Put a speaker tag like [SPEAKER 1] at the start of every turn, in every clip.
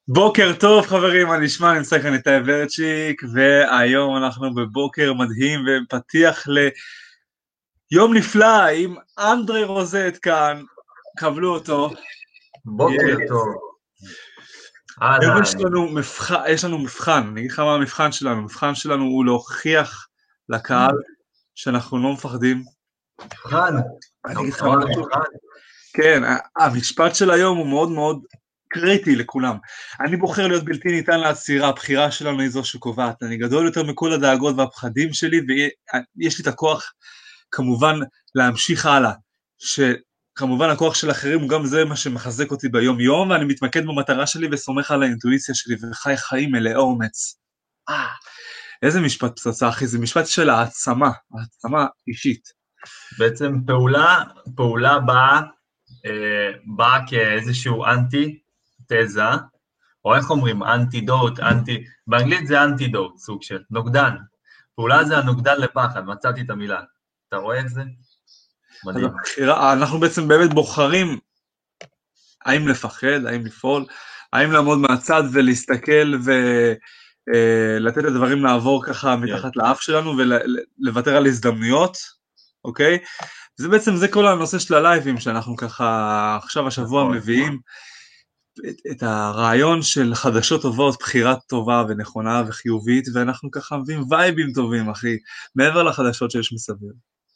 [SPEAKER 1] בוקר טוב חברים, מה נשמע? נמצא כאן איתי ורצ'יק, והיום אנחנו בבוקר מדהים ופתיח ליום נפלא עם אנדרי רוזט כאן, קבלו אותו.
[SPEAKER 2] בוקר טוב,
[SPEAKER 1] היום
[SPEAKER 2] אהלן.
[SPEAKER 1] יש לנו מבחן, אני אגיד לך מה המבחן שלנו, המבחן שלנו הוא להוכיח לקהל שאנחנו לא מפחדים.
[SPEAKER 2] מבחן,
[SPEAKER 1] אני אגיד לך
[SPEAKER 2] הוצאות
[SPEAKER 1] משהו,
[SPEAKER 2] מבחן.
[SPEAKER 1] כן, המשפט של היום הוא מאוד מאוד קריטי לכולם. אני בוחר להיות בלתי ניתן לעצירה, הבחירה שלנו היא זו שקובעת. אני גדול יותר מכל הדאגות והפחדים שלי, ויש לי את הכוח כמובן להמשיך הלאה. שכמובן הכוח של אחרים הוא גם זה מה שמחזק אותי ביום יום, ואני מתמקד במטרה שלי וסומך על האינטואיציה שלי, וחי חיים מלאי אומץ. איזה משפט פצצה אחי, זה משפט של העצמה אישית.
[SPEAKER 2] בעצם פעולה באה כאיזשהו אנטי-תזה, או איך אומרים, אנטידוט, באנגלית זה אנטידוט, סוג של נוגדן. פעולה זה הנוגדן לפחד, מצאתי את המילה. אתה רואה את זה? מדהים.
[SPEAKER 1] אנחנו בעצם באמת בוחרים האם לפחד, האם לפעול, האם לעמוד מהצד ולהסתכל ולתת לדברים לעבור ככה מתחת לאף שלנו ולוותר על הזדמנויות, אוקיי? זה בעצם, זה כל הנושא של הלייבים שאנחנו ככה עכשיו השבוע מביאים את הרעיון של חדשות טובות, בחירה טובה ונכונה וחיובית, ואנחנו ככה מביאים וייבים טובים אחי, מעבר לחדשות שיש מסביב.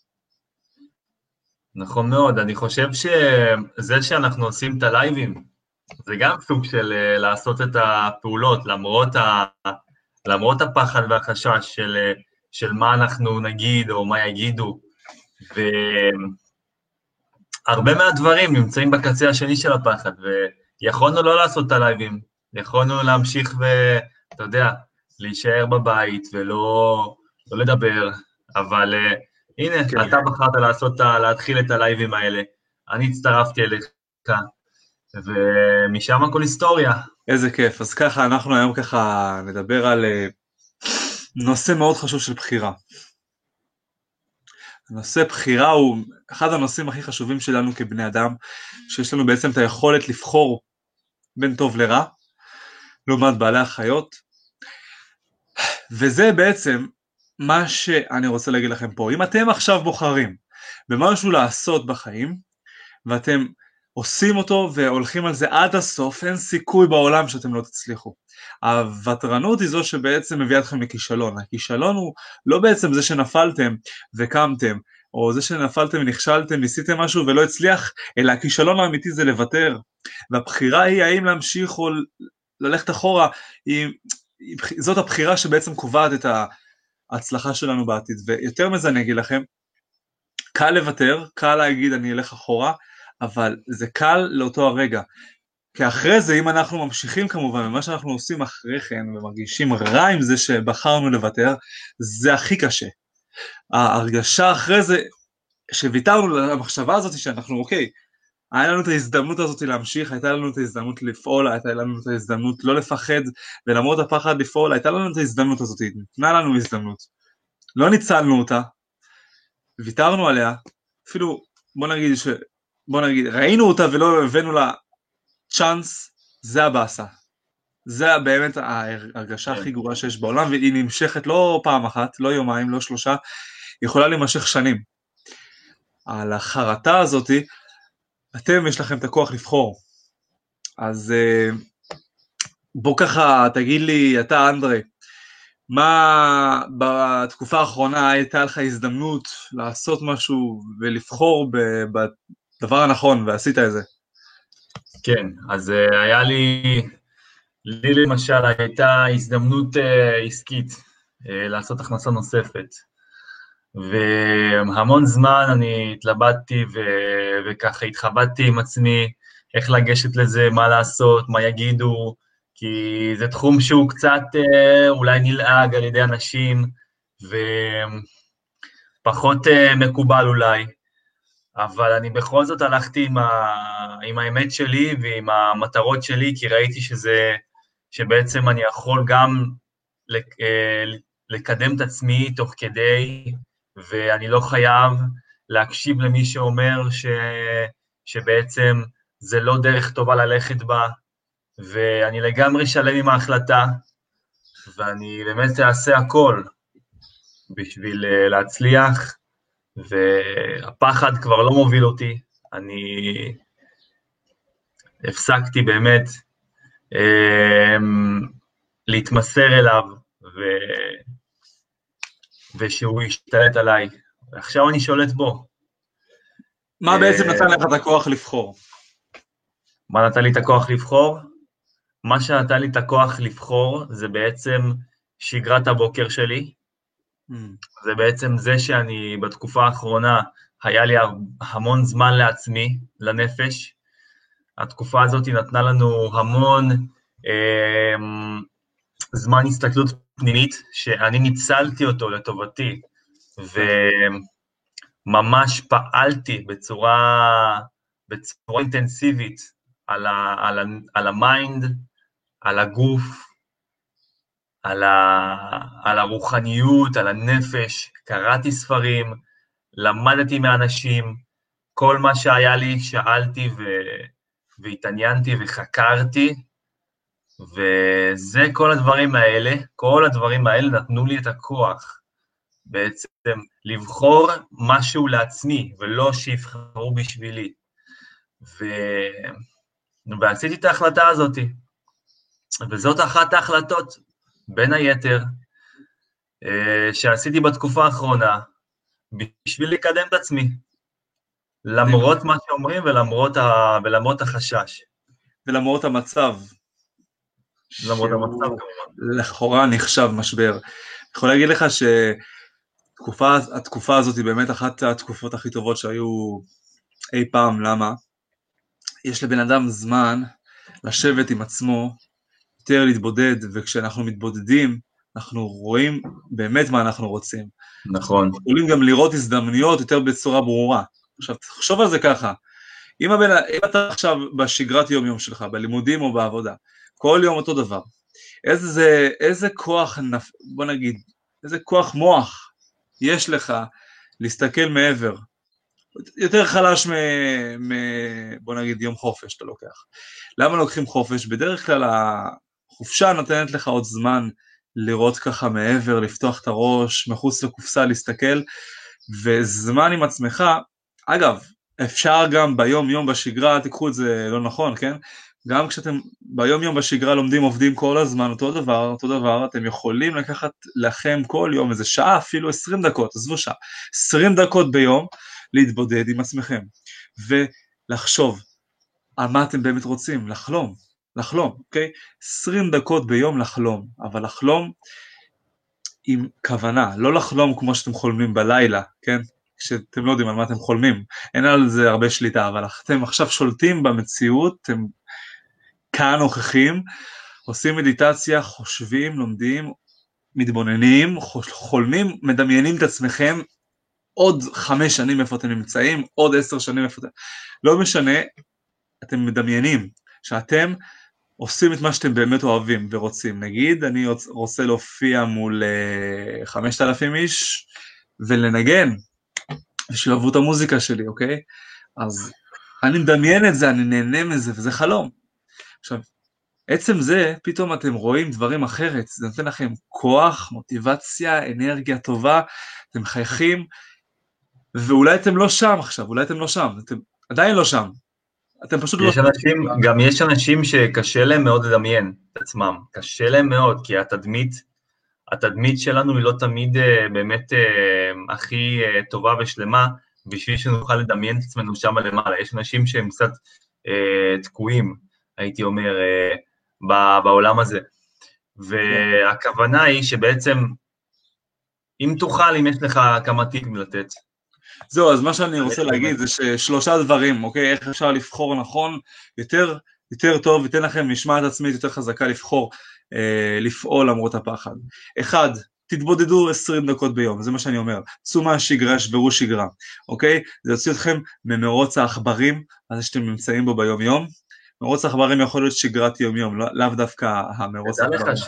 [SPEAKER 2] נכון מאוד, אני חושב שזה שאנחנו עושים את הלייבים, זה גם סוג של לעשות את הפעולות, למרות הפחד והחשש של מה אנחנו נגיד או מה יגידו, והרבה מהדברים נמצאים בקצה השני של הפחד, ויכולנו לא לעשות את הלייבים, יכולנו להמשיך ואתה יודע, להישאר בבית ולא לדבר, אבל הנה,
[SPEAKER 1] כן.
[SPEAKER 2] אתה בחרת להתחיל את הלייבים האלה, אני הצטרפתי אליך, ומשם הכל היסטוריה.
[SPEAKER 1] איזה כיף, אז ככה אנחנו היום ככה נדבר על נושא מאוד חשוב של בחירה. נושא בחירה הוא אחד הנושאים הכי חשובים שלנו כבני אדם, שיש לנו בעצם את היכולת לבחור בין טוב לרע, לעומת בעלי החיות, וזה בעצם מה שאני רוצה להגיד לכם פה. אם אתם עכשיו בוחרים במשהו לעשות בחיים, ואתם עושים אותו והולכים על זה עד הסוף, אין סיכוי בעולם שאתם לא תצליחו. הוותרנות היא זו שבעצם מביאה אתכם לכישלון. הכישלון הוא לא בעצם זה שנפלתם וקמתם, או זה שנפלתם ונכשלתם, ניסיתם משהו ולא הצליח, אלא הכישלון האמיתי זה לוותר. והבחירה היא האם להמשיך או ללכת אחורה, זאת הבחירה שבעצם קובעת את ההצלחה שלנו בעתיד. ויותר מזה אני אגיד לכם, קל לוותר, קל להגיד אני אלך אחורה, אבל זה קל לאותו הרגע. כי אחרי זה, אם אנחנו ממשיכים כמובן, ומה שאנחנו עושים אחרי כן, ומרגישים רע עם זה שבחרנו לוותר, זה הכי קשה. ההרגשה אחרי זה, שוויתרנו למחשבה הזאת שאנחנו, אוקיי, היה לנו את ההזדמנות הזאת להמשיך, הייתה לנו את ההזדמנות לפעול, הייתה לנו את ההזדמנות לא לפחד, ולמרות הפחד לפעול, הייתה לנו את ההזדמנות הזאת, ניתנה לנו הזדמנות. לא ניצלנו אותה, ויתרנו עליה, אפילו בוא נגיד, ראינו אותה ולא הבאנו לה צ'אנס, זה הבאסה. זה באמת ההרגשה הכי גרועה שיש בעולם, והיא נמשכת לא פעם אחת, לא יומיים, לא 3, היא יכולה להימשך שנים. על החרטה הזאת, אתם יש לכם את הכוח לבחור. אז בוא ככה, תגיד לי, אתה אנדרי, מה בתקופה האחרונה הייתה לך הזדמנות לעשות משהו ולבחור בדבר הנכון ועשית את זה?
[SPEAKER 2] כן, אז היה לי למשל הייתה הזדמנות עסקית לעשות הכנסה נוספת, והמון זמן אני התלבטתי וככה התחבטתי עם עצמי, איך לגשת לזה, מה לעשות, מה יגידו, כי זה תחום שהוא קצת אולי נלעג על ידי אנשים, ופחות מקובל אולי, אבל אני בכל זאת הלכתי עם האמת שלי ועם המטרות שלי, כי ראיתי שבעצם אני יכול גם לקדם את עצמי תוך כדי, ואני לא חייב להקשיב למי שאומר שבעצם זה לא דרך טובה ללכת בה, ואני לגמרי שלם עם ההחלטה, ואני באמת אעשה הכל בשביל להצליח, והפחד כבר לא מוביל אותי, אני הפסקתי באמת להתמסר אליו, ושהוא ישתלט עליי, ועכשיו אני שולט בו.
[SPEAKER 1] מה בעצם נתן לך את הכוח לבחור?
[SPEAKER 2] מה נתן לי את הכוח לבחור? מה שנתן לי את הכוח לבחור זה בעצם שגרת הבוקר שלי, זה בעצם זה שאני בתקופה האחרונה, היה לי המון זמן לעצמי, לנפש, התקופה הזאת נתנה לנו המון זמן הסתכלות פנימית, שאני ניצלתי אותו לטובתי, וממש פעלתי בצורה אינטנסיבית על המיינד, על הגוף, על הרוחניות, על הנפש, קראתי ספרים, למדתי מאנשים, כל מה שהיה לי שאלתי והתעניינתי וחקרתי, וזה כל הדברים האלה נתנו לי את הכוח, בעצם לבחור משהו לעצמי, ולא שיבחרו בשבילי. ועשיתי את ההחלטה הזאת, וזאת אחת ההחלטות, בין היתר, שעשיתי בתקופה האחרונה, בשביל לקדם את עצמי, למרות מה שאומרים ולמרות החשש.
[SPEAKER 1] ולמרות המצב.
[SPEAKER 2] למרות המצב כמובן.
[SPEAKER 1] לכאורה נחשב משבר. אני יכול להגיד לך שהתקופה הזאת היא באמת אחת התקופות הכי טובות שהיו אי פעם. למה? יש לבן אדם זמן לשבת עם עצמו, יותר להתבודד, וכשאנחנו מתבודדים, אנחנו רואים באמת מה אנחנו רוצים.
[SPEAKER 2] נכון.
[SPEAKER 1] יכולים גם לראות הזדמנויות יותר בצורה ברורה. עכשיו, תחשוב על זה ככה, אם אתה עכשיו בשגרת יום שלך, בלימודים או בעבודה, כל יום אותו דבר, איזה כוח, בוא נגיד, איזה כוח מוח יש לך להסתכל מעבר, יותר חלש בוא נגיד יום חופש אתה לוקח. למה לוקחים חופש? בדרך כלל החופשה נותנת לך עוד זמן לראות ככה מעבר, לפתוח את הראש, מחוץ לקופסה להסתכל, וזמן עם עצמך. אגב, אפשר גם ביום יום בשגרה, תיקחו את זה לא נכון, כן? גם כשאתם ביום יום בשגרה לומדים, עובדים כל הזמן, אותו דבר, אתם יכולים לקחת לכם כל יום איזה שעה, אפילו 20 דקות, עזבו שעה, 20 דקות ביום, להתבודד עם עצמכם, ולחשוב על מה אתם באמת רוצים, לחלום, אוקיי? 20 דקות ביום לחלום, אבל לחלום עם כוונה, לא לחלום כמו שאתם חולמים בלילה, כן? כשאתם לא יודעים על מה אתם חולמים, אין על זה הרבה שליטה, אבל אתם עכשיו שולטים במציאות, אתם כאן נוכחים, עושים מדיטציה, חושבים, לומדים, מתבוננים, חולמים, מדמיינים את עצמכם, עוד 5 שנים איפה אתם נמצאים, עוד 10 שנים איפה אתם, לא משנה, אתם מדמיינים שאתם עושים את מה שאתם באמת אוהבים ורוצים. נגיד, אני רוצה להופיע מול 5,000 איש ולנגן, ושילבו את המוזיקה שלי, אוקיי? אז אני מדמיין את זה, אני נהנה מזה, וזה חלום. עכשיו, עצם זה, פתאום אתם רואים דברים אחרת, זה נותן לכם כוח, מוטיבציה, אנרגיה טובה, אתם חייכים, ואולי אתם לא שם עכשיו, אתם עדיין לא שם, אתם פשוט לא...
[SPEAKER 2] גם יש אנשים שקשה להם מאוד לדמיין את עצמם, קשה להם מאוד, כי התדמית שלנו היא לא תמיד באמת הכי טובה ושלמה, בשביל שנוכל לדמיין את עצמנו שם למעלה. יש אנשים שהם קצת תקועים, הייתי אומר, בעולם הזה. והכוונה היא שבעצם, אם תוכל, אם יש לך כמה טיפים לתת.
[SPEAKER 1] זהו, אז מה שאני רוצה להגיד זה ששלושה דברים, אוקיי? איך אפשר לבחור נכון, יותר טוב, ייתן לכם משמעת עצמית יותר חזקה לבחור, לפעול למרות הפחד. 1, תתבודדו 20 דקות ביום, זה מה שאני אומר. צאו מהשגרה, שברו שגרה, אוקיי? זה יוציא אתכם ממרוץ העכברים, הזה שאתם נמצאים בו ביום יום. מרוץ העכברים יכול להיות שגרת יום יום, לאו דווקא המרוץ העכברים.
[SPEAKER 2] תדע לך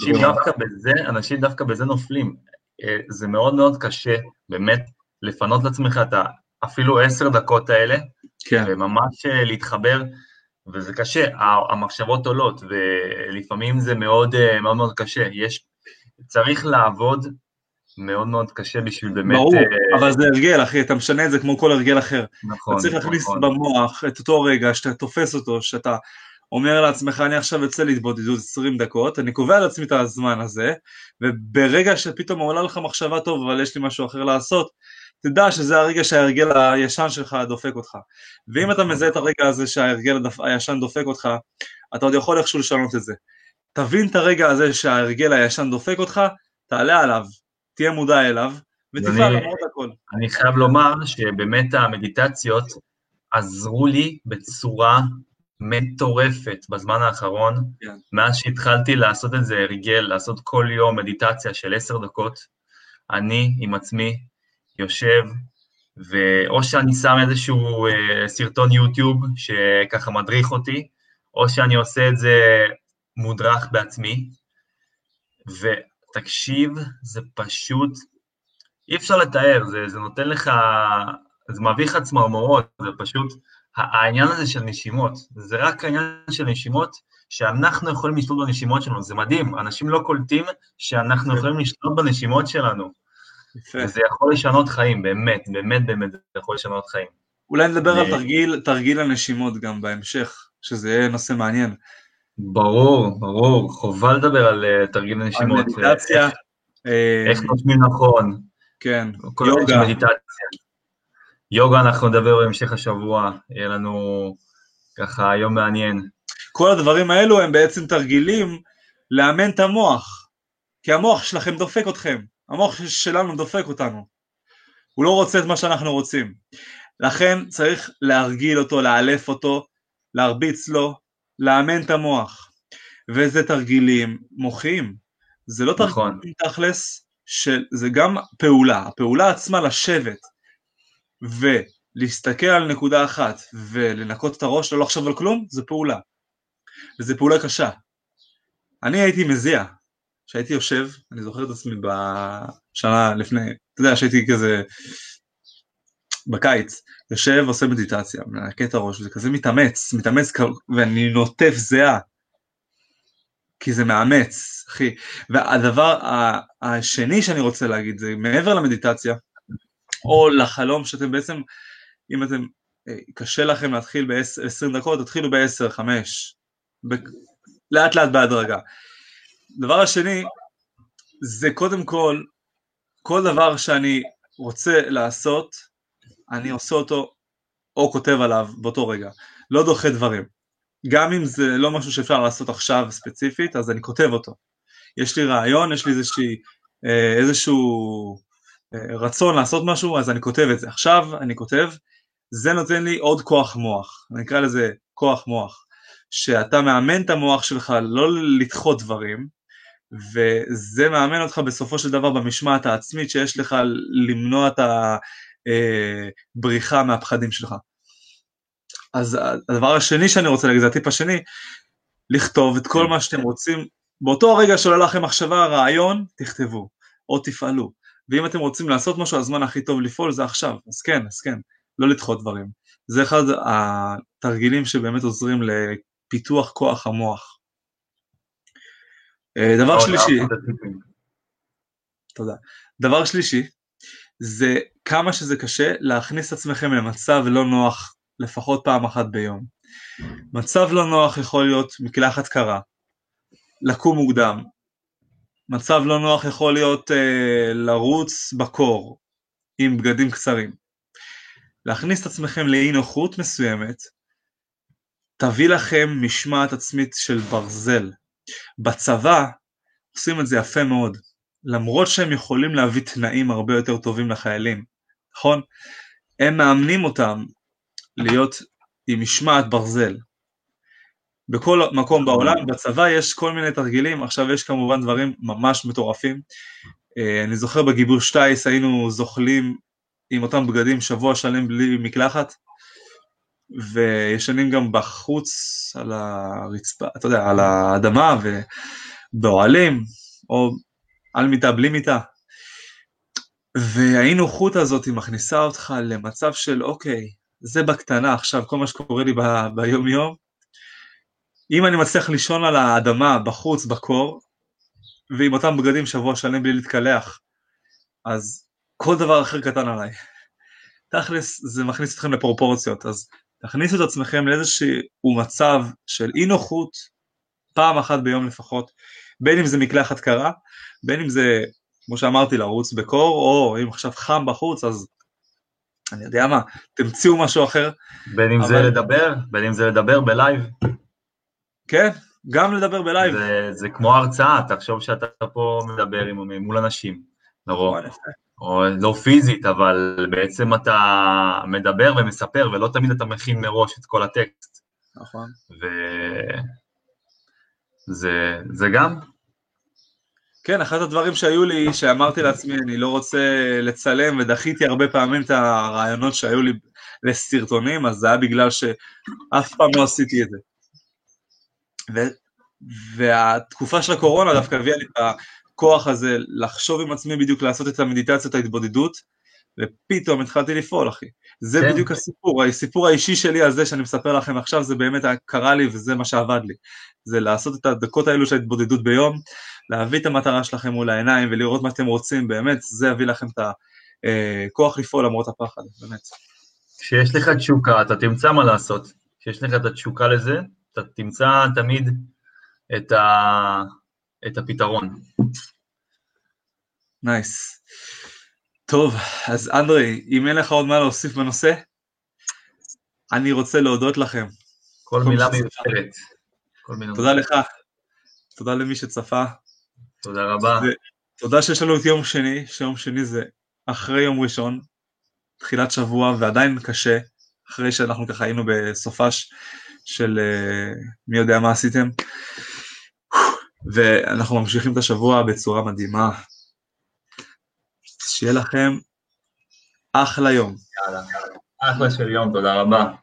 [SPEAKER 2] שאנשים דווקא בזה נופלים. זה מאוד מאוד קשה, באמת, לפנות לעצמך את אפילו 10 דקות האלה,
[SPEAKER 1] כן.
[SPEAKER 2] וממש להתחבר, וזה קשה, המחשבות עולות, ולפעמים זה מאוד מאוד מאוד קשה. צריך לעבוד מאוד מאוד קשה בשביל באמת...
[SPEAKER 1] ברור, אבל זה הרגל, אחי, אתה משנה את זה כמו כל הרגל אחר. אתה
[SPEAKER 2] נכון,
[SPEAKER 1] צריך להכניס
[SPEAKER 2] נכון.
[SPEAKER 1] במוח את אותו רגע שאתה תופס אותו, שאתה אומר לעצמך, אני עכשיו יוצא להתבודדות 20 דקות, אני קובע לעצמי את הזמן הזה, וברגע שפתאום עולה לך מחשבה טוב, אבל יש לי משהו אחר לעשות, תדע שזה הרגע שההרגל הישן שלך דופק אותך. ואם אתה מזהה את הרגע הזה שההרגל הישן דופק אותך, אתה עוד יכול איכשהו לשנות את זה. תבין את הרגע הזה שההרגל הישן דופק אותך, תעלה עליו, תהיה מודע אליו, ותפעל למרות הכל.
[SPEAKER 2] אני חייב לומר שבאמת המדיטציות עזרו לי בצורה מטורפת בזמן האחרון,
[SPEAKER 1] כן.
[SPEAKER 2] מאז שהתחלתי לעשות את זה הרגל, לעשות כל יום מדיטציה של 10 דקות, אני עם עצמי יושב, ואו שאני שם איזשהו סרטון יוטיוב שככה מדריך אותי, או שאני עושה את זה מודרך בעצמי, ותקשיב, זה פשוט, אי אפשר לתאר, זה נותן לך, זה מביא לך צמרמורות, זה פשוט, העניין הזה של נשימות, זה רק העניין של נשימות, שאנחנו יכולים לשלוט בנשימות שלנו, זה מדהים, אנשים לא קולטים שאנחנו יכולים לשלוט בנשימות שלנו, וזה יכול לשנות חיים, באמת, באמת, באמת, זה יכול לשנות חיים.
[SPEAKER 1] אולי נדבר על תרגיל הנשימות גם בהמשך, שזה יהיה נושא מעניין.
[SPEAKER 2] ברור, ברור, חובה לדבר על תרגיל הנשימות.
[SPEAKER 1] על מדיטציה.
[SPEAKER 2] איך נושמים נכון.
[SPEAKER 1] כן,
[SPEAKER 2] יוגה. יוגה אנחנו נדבר בהמשך השבוע, יהיה לנו ככה יום מעניין.
[SPEAKER 1] כל הדברים האלו הם בעצם תרגילים לאמן את המוח, כי המוח שלכם דופק אתכם, המוח שלנו דופק אותנו, הוא לא רוצה את מה שאנחנו רוצים, לכן צריך להרגיל אותו, לאלף אותו, להרביץ לו, לאמן את המוח, וזה תרגילים מוחיים, זה לא
[SPEAKER 2] נכון.
[SPEAKER 1] תרגילים תכלס, זה גם פעולה, הפעולה עצמה לשבת, ולהסתכל על נקודה אחת, ולנקות את הראש, לא לחשוב על כלום, זה פעולה, וזה פעולה קשה. אני הייתי מזיע, שהייתי יושב, אני זוכר את עצמי בשנה לפני, אתה יודע, שהייתי כזה בקיץ, יושב ועושה מדיטציה, מנקה את הראש, וזה כזה מתאמץ, ואני נוטף זיעה, כי זה מאמץ, אחי. והדבר השני שאני רוצה להגיד, זה מעבר למדיטציה, או לחלום שאתם בעצם, אם אתם, קשה לכם להתחיל ב-20 דקות, תתחילו ב-10, 5, לאט לאט בהדרגה. דבר השני, זה קודם כל דבר שאני רוצה לעשות, אני עושה אותו, או כותב עליו באותו רגע, לא דוחה דברים. גם אם זה לא משהו שאפשר לעשות עכשיו ספציפית, אז אני כותב אותו. יש לי רעיון, יש לי איזשהו רצון לעשות משהו, אז אני כותב את זה. עכשיו אני כותב, זה נותן לי עוד כוח מוח, אני אקרא לזה כוח מוח, שאתה מאמן את המוח שלך לא לדחות דברים, וזה מאמן אותך בסופו של דבר במשמעת העצמית שיש לך למנוע את הבריחה מהפחדים שלך. אז הדבר השני שאני רוצה להגיד, זה הטיפ השני, לכתוב את כל מה שאתם רוצים, באותו הרגע שעולה לכם מחשבה, רעיון, תכתבו, או תפעלו, ואם אתם רוצים לעשות משהו, הזמן הכי טוב לפעול זה עכשיו, אז כן, לא לדחות דברים. זה אחד התרגילים שבאמת עוזרים לפיתוח כוח המוח. דבר שלישי, תודה. דבר שלישי, זה כמה שזה קשה להכניס עצמכם למצב לא נוח, לפחות פעם אחת ביום. מצב לא נוח יכול להיות מקלחת קרה, לקום מוקדם, מצב לא נוח יכול להיות לרוץ בקור, עם בגדים קצרים. להכניס את עצמכם לאי נוחות מסוימת, תביא לכם משמעת עצמית של ברזל. בצבא עושים את זה יפה מאוד, למרות שהם יכולים להביא תנאים הרבה יותר טובים לחיילים, נכון? הם מאמנים אותם להיות עם משמעת ברזל. בכל מקום בעולם, בצבא יש כל מיני תרגילים, עכשיו יש כמובן דברים ממש מטורפים. אני זוכר בגיבוש טייס היינו זוחלים עם אותם בגדים שבוע שלם בלי מקלחת, וישנים גם בחוץ על הרצפה, אתה יודע, על האדמה ובאוהלים, או על מיטה בלי מיטה. והיינו חוט הזאת מכניסה אותך למצב של אוקיי, זה בקטנה עכשיו, כל מה שקורה לי ביום יום, אם אני מצליח לישון על האדמה, בחוץ, בקור, ועם אותם בגדים שבוע שלם בלי להתקלח, אז כל דבר אחר קטן עליי. תכלס, זה מכניס אתכם לפרופורציות, אז תכניסו את עצמכם לאיזשהו מצב של אי נוחות, פעם אחת ביום לפחות, בין אם זה מקלחת קרה, בין אם זה, כמו שאמרתי, לרוץ בקור, או אם עכשיו חם בחוץ, אז אני יודע מה, תמציאו משהו אחר.
[SPEAKER 2] בין אם זה לדבר, בין אם זה לדבר בלייב.
[SPEAKER 1] כן, גם לדבר בלייב.
[SPEAKER 2] זה כמו הרצאה, תחשוב שאתה פה מדבר מול אנשים, לרוב. או לא פיזית, אבל בעצם אתה מדבר ומספר, ולא תמיד אתה מכין מראש את כל הטקסט.
[SPEAKER 1] נכון.
[SPEAKER 2] זה גם?
[SPEAKER 1] כן, אחד הדברים שהיו לי, שאמרתי לעצמי, אני לא רוצה לצלם, ודחיתי הרבה פעמים את הרעיונות שהיו לי לסרטונים, אז זה היה בגלל שאף פעם לא עשיתי את זה. והתקופה של הקורונה דווקא הביאה לי את הכוח הזה, לחשוב עם עצמי בדיוק לעשות את המדיטציות ההתבודדות, ופתאום התחלתי לפעול, אחי. זה כן. בדיוק הסיפור האישי שלי הזה שאני מספר לכם עכשיו, זה באמת קרה לי וזה מה שעבד לי. זה לעשות את הדקות האלו של ההתבודדות ביום, להביא את המטרה שלכם מול העיניים ולראות מה אתם רוצים, באמת, זה יביא לכם את הכוח לפעול למרות הפחד, באמת.
[SPEAKER 2] כשיש לך תשוקה, אתה תמצא מה לעשות. כשיש לך את התשוקה לזה, אתה תמצא תמיד את הפתרון.
[SPEAKER 1] נייס. טוב, אז אנדרי, אם אין לך עוד מה להוסיף בנושא, אני רוצה להודות לכם.
[SPEAKER 2] כל מילה מיוחדת.
[SPEAKER 1] תודה לך, תודה למי שצפה.
[SPEAKER 2] תודה רבה.
[SPEAKER 1] תודה שיש לנו את יום שני, שיום שני זה אחרי יום ראשון, תחילת שבוע, ועדיין קשה, אחרי שאנחנו ככה היינו בסופש של מי יודע מה עשיתם, ואנחנו ממשיכים את השבוע בצורה מדהימה. שיהיה לכם אחלה יום.
[SPEAKER 2] יאללה, אחלה של יום, תודה רבה.